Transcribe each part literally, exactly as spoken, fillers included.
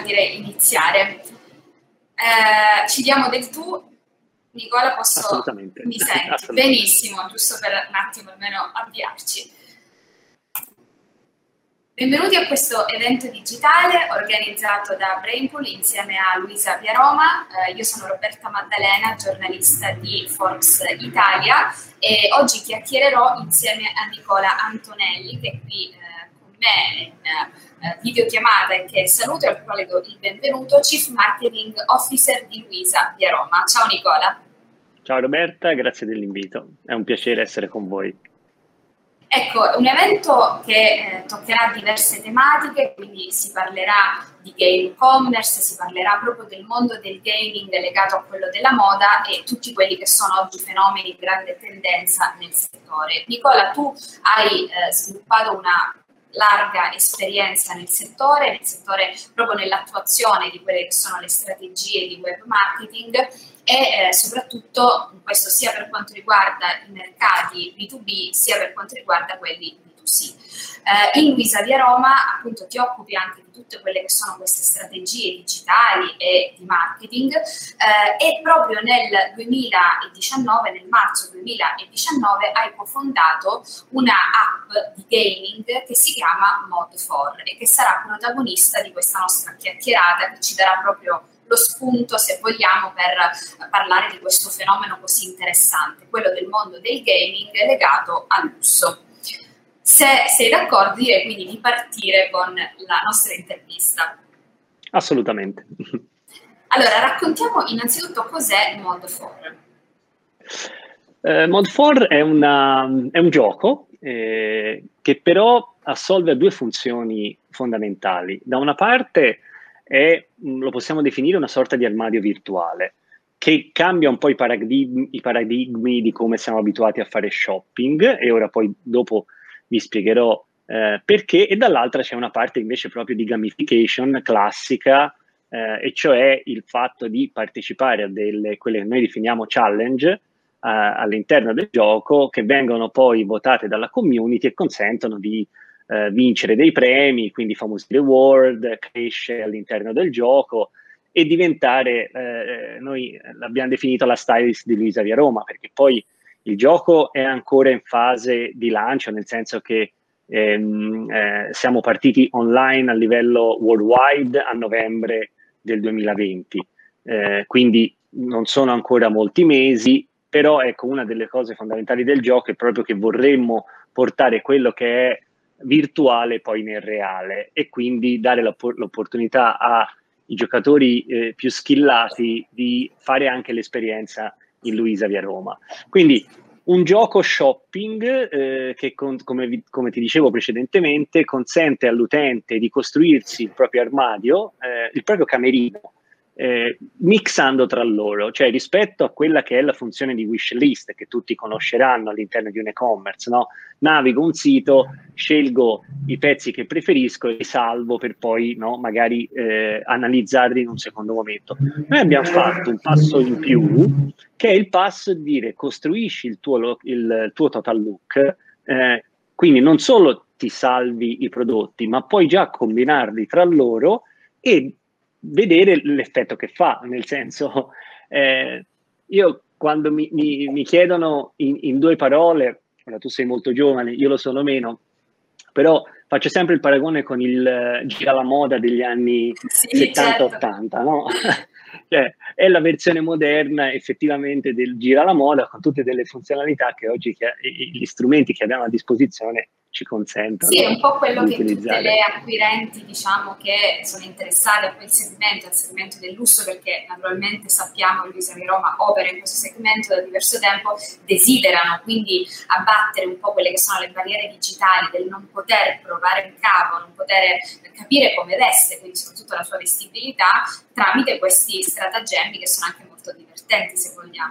direi iniziare. Eh, ci diamo del tu. Nicola, posso... Assolutamente. Mi senti? Assolutamente. Benissimo, giusto per un attimo almeno avviarci. Benvenuti a questo evento digitale organizzato da Brainpool insieme a Luisa Pieroma. Eh, io sono Roberta Maddalena, giornalista di Forbes Italia, e oggi chiacchiererò insieme a Nicola Antonelli, che è qui eh, con me in eh, videochiamata e che saluto e al quale do il benvenuto, Chief Marketing Officer di Luisa Pieroma. Ciao Nicola. Ciao Roberta, grazie dell'invito. È un piacere essere con voi. Ecco, è un evento che eh, toccherà diverse tematiche, quindi si parlerà di game commerce, si parlerà proprio del mondo del gaming legato a quello della moda e tutti quelli che sono oggi fenomeni di grande tendenza nel settore. Nicola, tu hai eh, sviluppato una larga esperienza nel settore, nel settore proprio nell'attuazione di quelle che sono le strategie di web marketing e eh, soprattutto questo sia per quanto riguarda i mercati B due B sia per quanto riguarda quelli B due C. Eh, in Luisa Pieroma appunto ti occupi anche di tutte quelle che sono queste strategie digitali e di marketing eh, e proprio nel duemiladiciannove, nel marzo duemiladiciannove, hai cofondato una app di gaming che si chiama Mod quattro e che sarà protagonista di questa nostra chiacchierata, che ci darà proprio lo spunto, se vogliamo, per parlare di questo fenomeno così interessante, quello del mondo del gaming legato al lusso. Se sei d'accordo, direi quindi di partire con la nostra intervista. Assolutamente. Allora, raccontiamo innanzitutto cos'è Mod quattro. Eh, Mod quattro è, una, è un gioco eh, che però assolve a due funzioni fondamentali. Da una parte è, lo possiamo definire, una sorta di armadio virtuale che cambia un po' i paradigmi, i paradigmi di come siamo abituati a fare shopping, e ora poi dopo vi spiegherò eh, perché, e dall'altra c'è una parte invece proprio di gamification classica, eh, e cioè il fatto di partecipare a delle, quelle che noi definiamo challenge eh, all'interno del gioco, che vengono poi votate dalla community e consentono di Uh, vincere dei premi, quindi famosi reward, crescere all'interno del gioco e diventare, eh, noi l'abbiamo definito la stylist di Luisa Pieroma, perché poi il gioco è ancora in fase di lancio, nel senso che ehm, eh, siamo partiti online a livello worldwide a novembre del duemilaventi, eh, quindi non sono ancora molti mesi, però ecco, una delle cose fondamentali del gioco è proprio che vorremmo portare quello che è virtuale poi nel reale, e quindi dare l'opportunità ai giocatori eh, più skillati di fare anche l'esperienza in Luisa Pieroma. Quindi un gioco shopping eh, che con, come, vi, come ti dicevo precedentemente consente all'utente di costruirsi il proprio armadio, eh, il proprio camerino, Eh, mixando tra loro, cioè rispetto a quella che è la funzione di wish list che tutti conosceranno all'interno di un e-commerce, no? Navigo un sito, scelgo i pezzi che preferisco e li salvo per poi no, magari eh, analizzarli in un secondo momento. Noi abbiamo fatto un passo in più, che è il passo di dire costruisci il tuo, il tuo total look, eh, quindi non solo ti salvi i prodotti, ma puoi già combinarli tra loro e vedere l'effetto che fa, nel senso, eh, io quando mi, mi, mi chiedono in, in due parole, ora tu sei molto giovane, io lo sono meno, però faccio sempre il paragone con il uh, gira la moda degli anni sì, settanta ottanta, certo. no? Cioè, è la versione moderna effettivamente del gira la moda, con tutte delle funzionalità che oggi che, gli strumenti che abbiamo a disposizione ci consentono. Sì, è un po' quello di che tutte utilizzare. le acquirenti, diciamo, che sono interessate a quel segmento, al segmento del lusso, perché naturalmente sappiamo che Luisa Pieroma opera in questo segmento da diverso tempo, desiderano quindi abbattere un po' quelle che sono le barriere digitali del non poter provare in capo, non poter capire come veste, quindi soprattutto la sua vestibilità, tramite questi stratagemmi che sono anche molto divertenti, se vogliamo.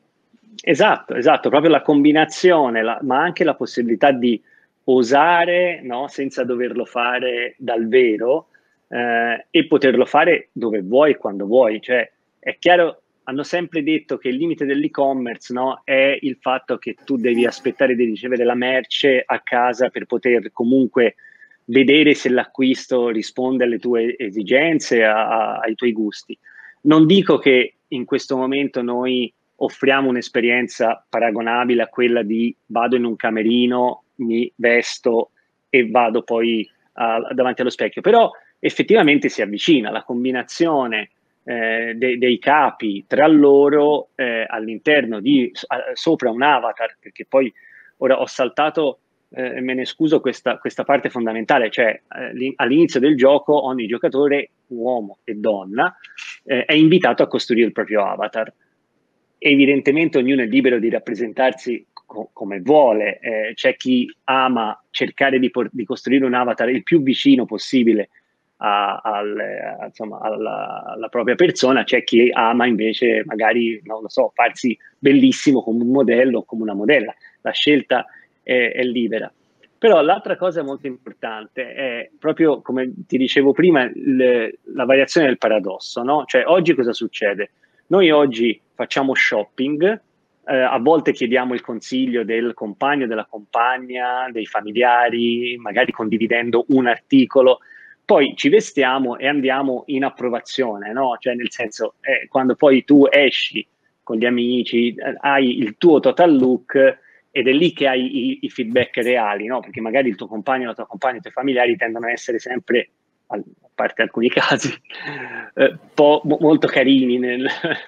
Esatto, esatto, proprio la combinazione, la, ma anche la possibilità di osare, no, senza doverlo fare dal vero, eh, e poterlo fare dove vuoi, quando vuoi. Cioè, è chiaro, hanno sempre detto che il limite dell'e-commerce, no, è il fatto che tu devi aspettare di ricevere la merce a casa per poter comunque vedere se l'acquisto risponde alle tue esigenze, a, a, ai tuoi gusti. Non dico che in questo momento noi offriamo un'esperienza paragonabile a quella di vado in un camerino, mi vesto e vado poi uh, davanti allo specchio, però effettivamente si avvicina la combinazione eh, de- dei capi tra loro eh, all'interno di uh, sopra un avatar, perché poi ora ho saltato e eh, me ne scuso questa, questa parte fondamentale, cioè eh, all'inizio del gioco ogni giocatore, uomo e donna, eh, è invitato a costruire il proprio avatar. Evidentemente ognuno è libero di rappresentarsi co- come vuole, eh, c'è chi ama cercare di, por- di costruire un avatar il più vicino possibile a, al, a, insomma, alla, alla propria persona, c'è chi ama invece magari, non lo so, farsi bellissimo come un modello o come una modella. La scelta è, è libera. Però l'altra cosa molto importante è proprio, come ti dicevo prima, le, la variazione del paradosso, no? Cioè oggi cosa succede? Noi oggi facciamo shopping, eh, a volte chiediamo il consiglio del compagno, della compagna, dei familiari, magari condividendo un articolo, poi ci vestiamo e andiamo in approvazione, no? Cioè nel senso, eh, quando poi tu esci con gli amici, eh, hai il tuo total look ed è lì che hai i, i feedback reali, no? Perché magari il tuo compagno, la tua compagna, i tuoi familiari tendono a essere sempre, a parte alcuni casi, eh, po- molto carini nel,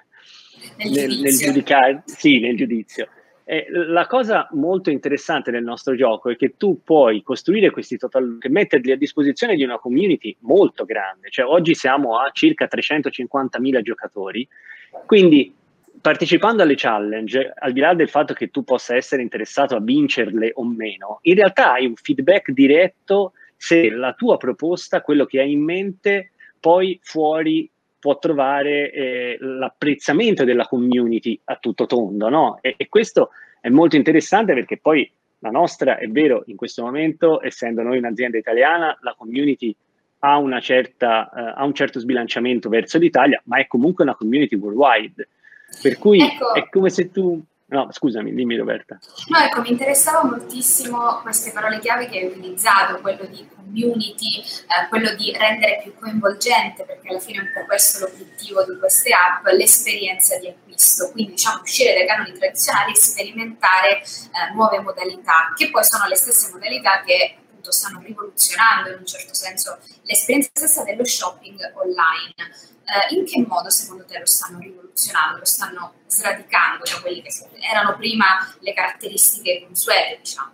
nel, nel, nel giudicare, sì, nel giudizio. Eh, la cosa molto interessante del nostro gioco è che tu puoi costruire questi total look e metterli a disposizione di una community molto grande, cioè oggi siamo a circa trecentocinquantamila giocatori, quindi partecipando alle challenge, al di là del fatto che tu possa essere interessato a vincerle o meno, in realtà hai un feedback diretto se la tua proposta, quello che hai in mente, poi fuori può trovare eh, l'apprezzamento della community a tutto tondo, no? E, e questo è molto interessante perché poi la nostra, è vero, in questo momento, essendo noi un'azienda italiana, la community ha, una certa, uh, ha un certo sbilanciamento verso l'Italia, ma è comunque una community worldwide. Per cui ecco, è come se tu... No, scusami, dimmi Roberta. No, ecco, mi interessava moltissimo queste parole chiave che hai utilizzato, quello di community, eh, quello di rendere più coinvolgente, perché alla fine è un po' questo l'obiettivo di queste app, l'esperienza di acquisto, quindi diciamo uscire dai canoni tradizionali e sperimentare eh, nuove modalità, che poi sono le stesse modalità che appunto stanno rivoluzionando in un certo senso l'esperienza stessa dello shopping online. Eh, in che modo secondo te lo stanno rivoluzionando, lo stanno sradicando da quelli che erano prima le caratteristiche consuete, diciamo?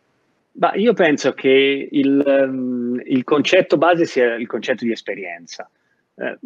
Bah, io penso che il, um, il concetto base sia il concetto di esperienza. Uh,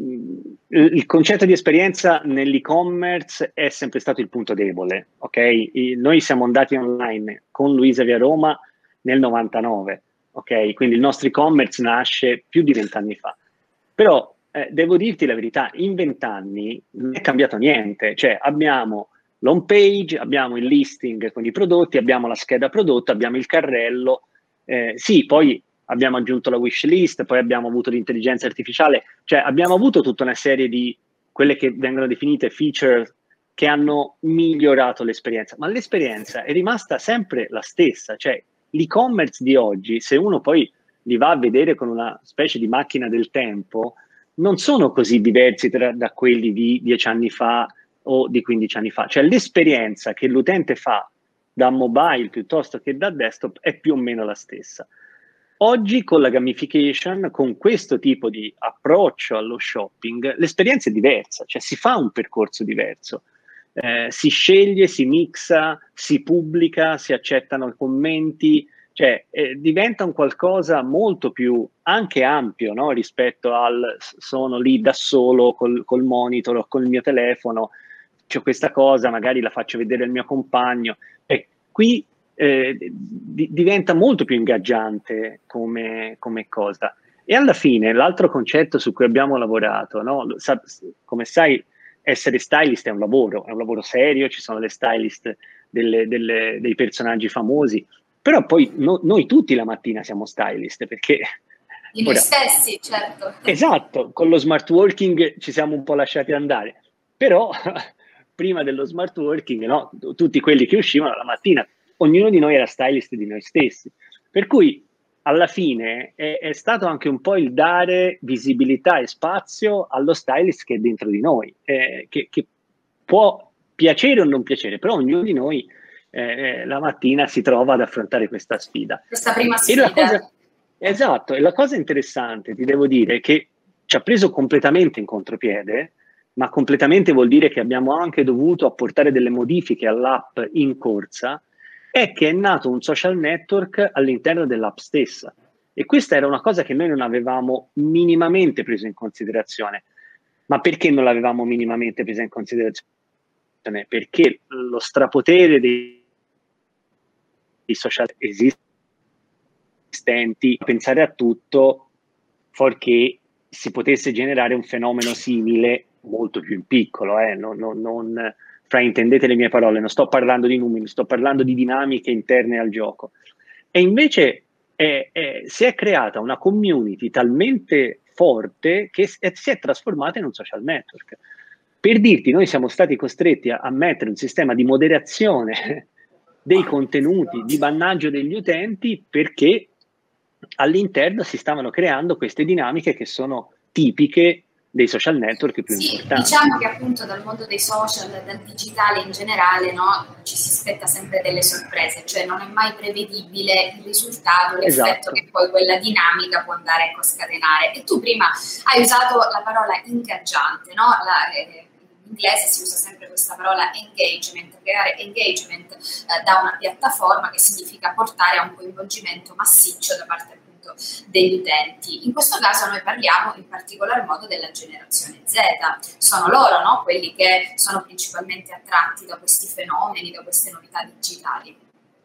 il concetto di esperienza nell'e-commerce è sempre stato il punto debole, ok? I, noi siamo andati online con Luisa via Roma nel novantanove, ok? Quindi il nostro e-commerce nasce più di vent'anni fa. Però eh, devo dirti la verità, in vent'anni non è cambiato niente, cioè abbiamo l'home page, abbiamo il listing con i prodotti, abbiamo la scheda prodotto, abbiamo il carrello, eh, sì, poi abbiamo aggiunto la wish list, poi abbiamo avuto l'intelligenza artificiale, cioè abbiamo avuto tutta una serie di quelle che vengono definite feature che hanno migliorato l'esperienza, ma l'esperienza è rimasta sempre la stessa, cioè l'e-commerce di oggi, se uno poi li va a vedere con una specie di macchina del tempo, non sono così diversi tra, da quelli di dieci anni fa o di quindici anni fa. Cioè l'esperienza che l'utente fa da mobile piuttosto che da desktop è più o meno la stessa. Oggi con la gamification, con questo tipo di approccio allo shopping, l'esperienza è diversa, cioè si fa un percorso diverso. Eh, si sceglie, si mixa, si pubblica, si accettano i commenti, cioè eh, diventa un qualcosa molto più anche ampio, no? Rispetto al sono lì da solo col, col monitor o col mio telefono, c'ho questa cosa, magari la faccio vedere al mio compagno. E qui eh, di, diventa molto più ingaggiante come, come cosa. E alla fine l'altro concetto su cui abbiamo lavorato, no? Sa, come sai, essere stylist è un lavoro, è un lavoro serio, ci sono le stylist delle, delle, dei personaggi famosi, però poi no, noi tutti la mattina siamo stylist, perché... Di noi ora, stessi, certo. Esatto, con lo smart working ci siamo un po' lasciati andare, però prima dello smart working, no, tutti quelli che uscivano la mattina, ognuno di noi era stylist di noi stessi, per cui alla fine è, è stato anche un po' il dare visibilità e spazio allo stylist che è dentro di noi, eh, che, che può piacere o non piacere, però ognuno di noi eh, la mattina si trova ad affrontare questa sfida. Questa prima E la sfida. cosa, esatto, e la cosa interessante, ti devo dire, che ci ha preso completamente in contropiede, ma completamente vuol dire che abbiamo anche dovuto apportare delle modifiche all'app in corsa, è che è nato un social network all'interno dell'app stessa. E questa era una cosa che noi non avevamo minimamente preso in considerazione. Ma perché non l'avevamo minimamente presa in considerazione? Perché lo strapotere dei, dei social esistenti, pensare a tutto, fuorché si potesse generare un fenomeno simile molto più in piccolo, eh? non, non, non fraintendete le mie parole, non sto parlando di numeri, sto parlando di dinamiche interne al gioco. E invece è, è, si è creata una community talmente forte che è, si è trasformata in un social network. Per dirti, noi siamo stati costretti a, a mettere un sistema di moderazione dei contenuti, di bannaggio degli utenti, perché all'interno si stavano creando queste dinamiche che sono tipiche dei social network più sì, importanti. Diciamo che appunto dal mondo dei social, dal digitale in generale, no, ci si aspetta sempre delle sorprese, cioè non è mai prevedibile il risultato, l'effetto esatto. che poi quella dinamica può andare ecco, a scatenare. E tu prima hai usato la parola ingaggiante, no? La, eh, in inglese si usa sempre questa parola engagement, creare engagement eh, da una piattaforma, che significa portare a un coinvolgimento massiccio da parte degli utenti. In questo caso noi parliamo in particolar modo della generazione Z. Sono loro, no? Quelli che sono principalmente attratti da questi fenomeni, da queste novità digitali.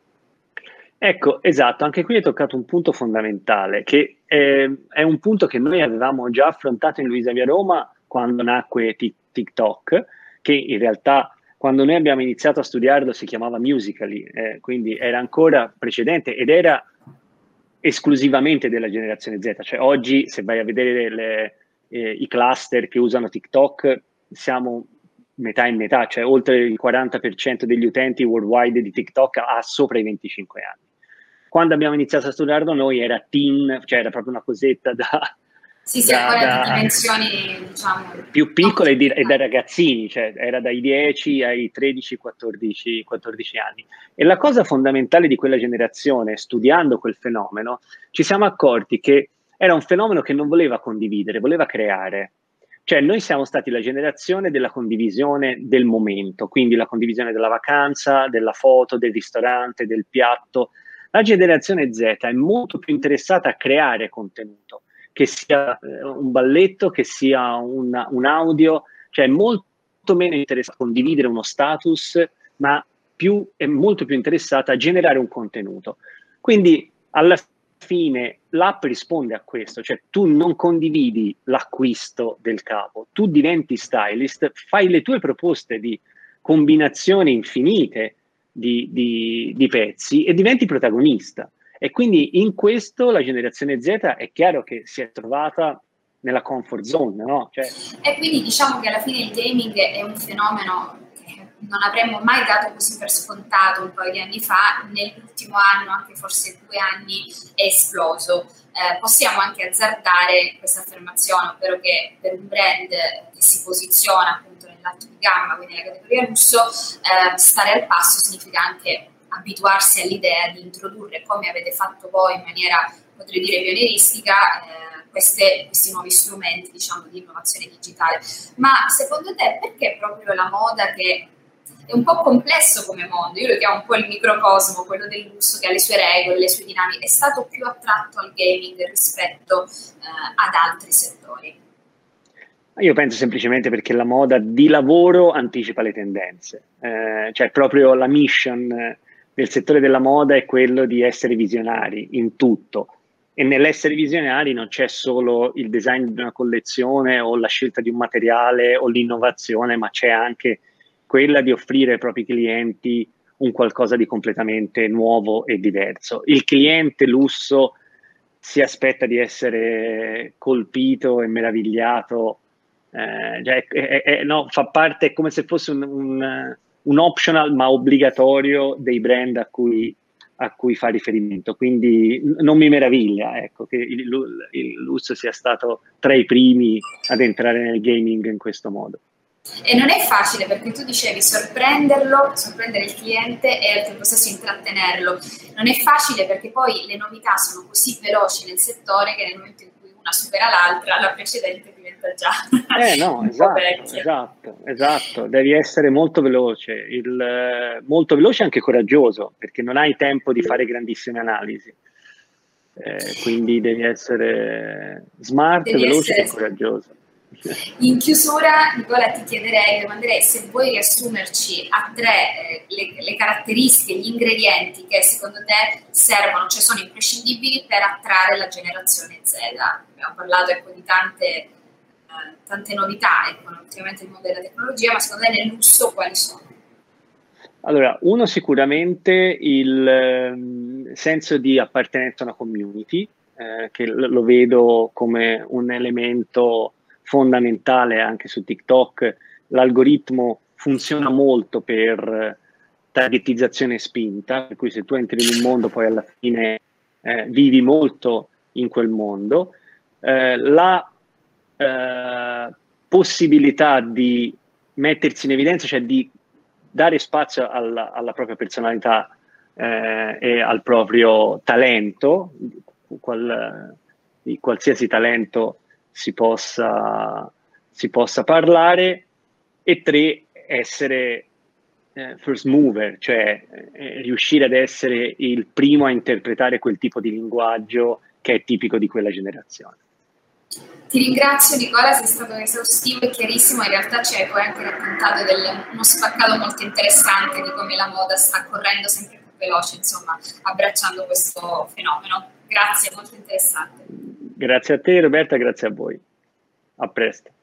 Ecco, esatto, anche qui hai toccato un punto fondamentale, che è, è un punto che noi avevamo già affrontato in Luisa Via Roma quando nacque TikTok, che in realtà quando noi abbiamo iniziato a studiarlo si chiamava Musical.ly, eh, quindi era ancora precedente ed era esclusivamente della generazione Z. Cioè oggi se vai a vedere le, eh, i cluster che usano TikTok siamo metà e metà, cioè oltre il quaranta per cento degli utenti worldwide di TikTok ha sopra i venticinque anni. Quando abbiamo iniziato a studiarlo noi era teen, cioè era proprio una cosetta da... Sì, sì, ancora da, di dimensioni, diciamo... più piccole no, e da ragazzini, cioè era dai dieci ai tredici quattordici anni. E la cosa fondamentale di quella generazione, studiando quel fenomeno, ci siamo accorti che era un fenomeno che non voleva condividere, voleva creare. Cioè noi siamo stati la generazione della condivisione del momento, quindi la condivisione della vacanza, della foto, del ristorante, del piatto. La generazione Z è molto più interessata a creare contenuto, che sia un balletto, che sia un, un audio, cioè è molto meno interessata a condividere uno status, ma più, è molto più interessata a generare un contenuto. Quindi alla fine l'app risponde a questo, cioè tu non condividi l'acquisto del capo, tu diventi stylist, fai le tue proposte di combinazioni infinite di, di, di pezzi e diventi protagonista. E quindi in questo la generazione Z è chiaro che si è trovata nella comfort zone, no? Cioè... E quindi diciamo che alla fine il gaming è un fenomeno che non avremmo mai dato così per scontato un paio di anni fa, nell'ultimo anno, anche forse due anni, è esploso. Eh, possiamo anche azzardare questa affermazione, ovvero che per un brand che si posiziona appunto nell'alto di gamma, quindi nella categoria lusso, eh, stare al passo significa anche abituarsi all'idea di introdurre, come avete fatto voi in maniera, potrei dire, pionieristica, eh, queste, questi nuovi strumenti, diciamo, di innovazione digitale. Ma secondo te perché proprio la moda, che è un po' complesso come mondo, io lo chiamo un po' il microcosmo, quello del lusso che ha le sue regole, le sue dinamiche, è stato più attratto al gaming rispetto eh, ad altri settori? Io penso semplicemente perché la moda di lavoro anticipa le tendenze, eh, cioè proprio la mission nel settore della moda è quello di essere visionari in tutto, e nell'essere visionari non c'è solo il design di una collezione o la scelta di un materiale o l'innovazione, ma c'è anche quella di offrire ai propri clienti un qualcosa di completamente nuovo e diverso. Il cliente lusso si aspetta di essere colpito e meravigliato, eh, cioè, è, è, no, fa parte, è come se fosse un, un un optional ma obbligatorio dei brand a cui a cui fa riferimento, quindi non mi meraviglia, ecco, che il, il L U S sia stato tra i primi ad entrare nel gaming in questo modo. E non è facile, perché tu dicevi sorprenderlo, sorprendere il cliente e al tempo stesso intrattenerlo. Non è facile perché poi le novità sono così veloci nel settore che nel momento in cui una supera l'altra, la precedente diventa già eh no, un esatto, po' vecchia. Esatto, esatto, devi essere molto veloce, il, molto veloce e anche coraggioso, perché non hai tempo di fare grandissime analisi. Eh, quindi devi essere smart, Devi veloce essere... e coraggioso. In chiusura, Nicola, ti chiederei, domanderei se vuoi riassumerci a tre eh, le, le caratteristiche, gli ingredienti che secondo te servono, cioè sono imprescindibili per attrarre la generazione Z. Abbiamo parlato ecco, di tante, eh, tante novità, ecco, ultimamente il mondo della tecnologia, ma secondo te nel lusso quali sono? Allora, uno sicuramente il eh, senso di appartenenza a una community, eh, che lo, lo vedo come un elemento fondamentale anche su TikTok. L'algoritmo funziona molto per targetizzazione spinta, per cui se tu entri in un mondo poi alla fine eh, vivi molto in quel mondo. Eh, la eh, possibilità di mettersi in evidenza, cioè di dare spazio alla, alla propria personalità eh, e al proprio talento, qual, di qualsiasi talento si possa, si possa parlare, e tre, essere eh, first mover, cioè eh, riuscire ad essere il primo a interpretare quel tipo di linguaggio che è tipico di quella generazione. Ti ringrazio Nicola, sei stato esaustivo e chiarissimo, in realtà ci hai poi anche raccontato del, uno spaccato molto interessante di come la moda sta correndo sempre più veloce, insomma, abbracciando questo fenomeno. Grazie, molto interessante. Grazie a te Roberta, grazie a voi. A presto.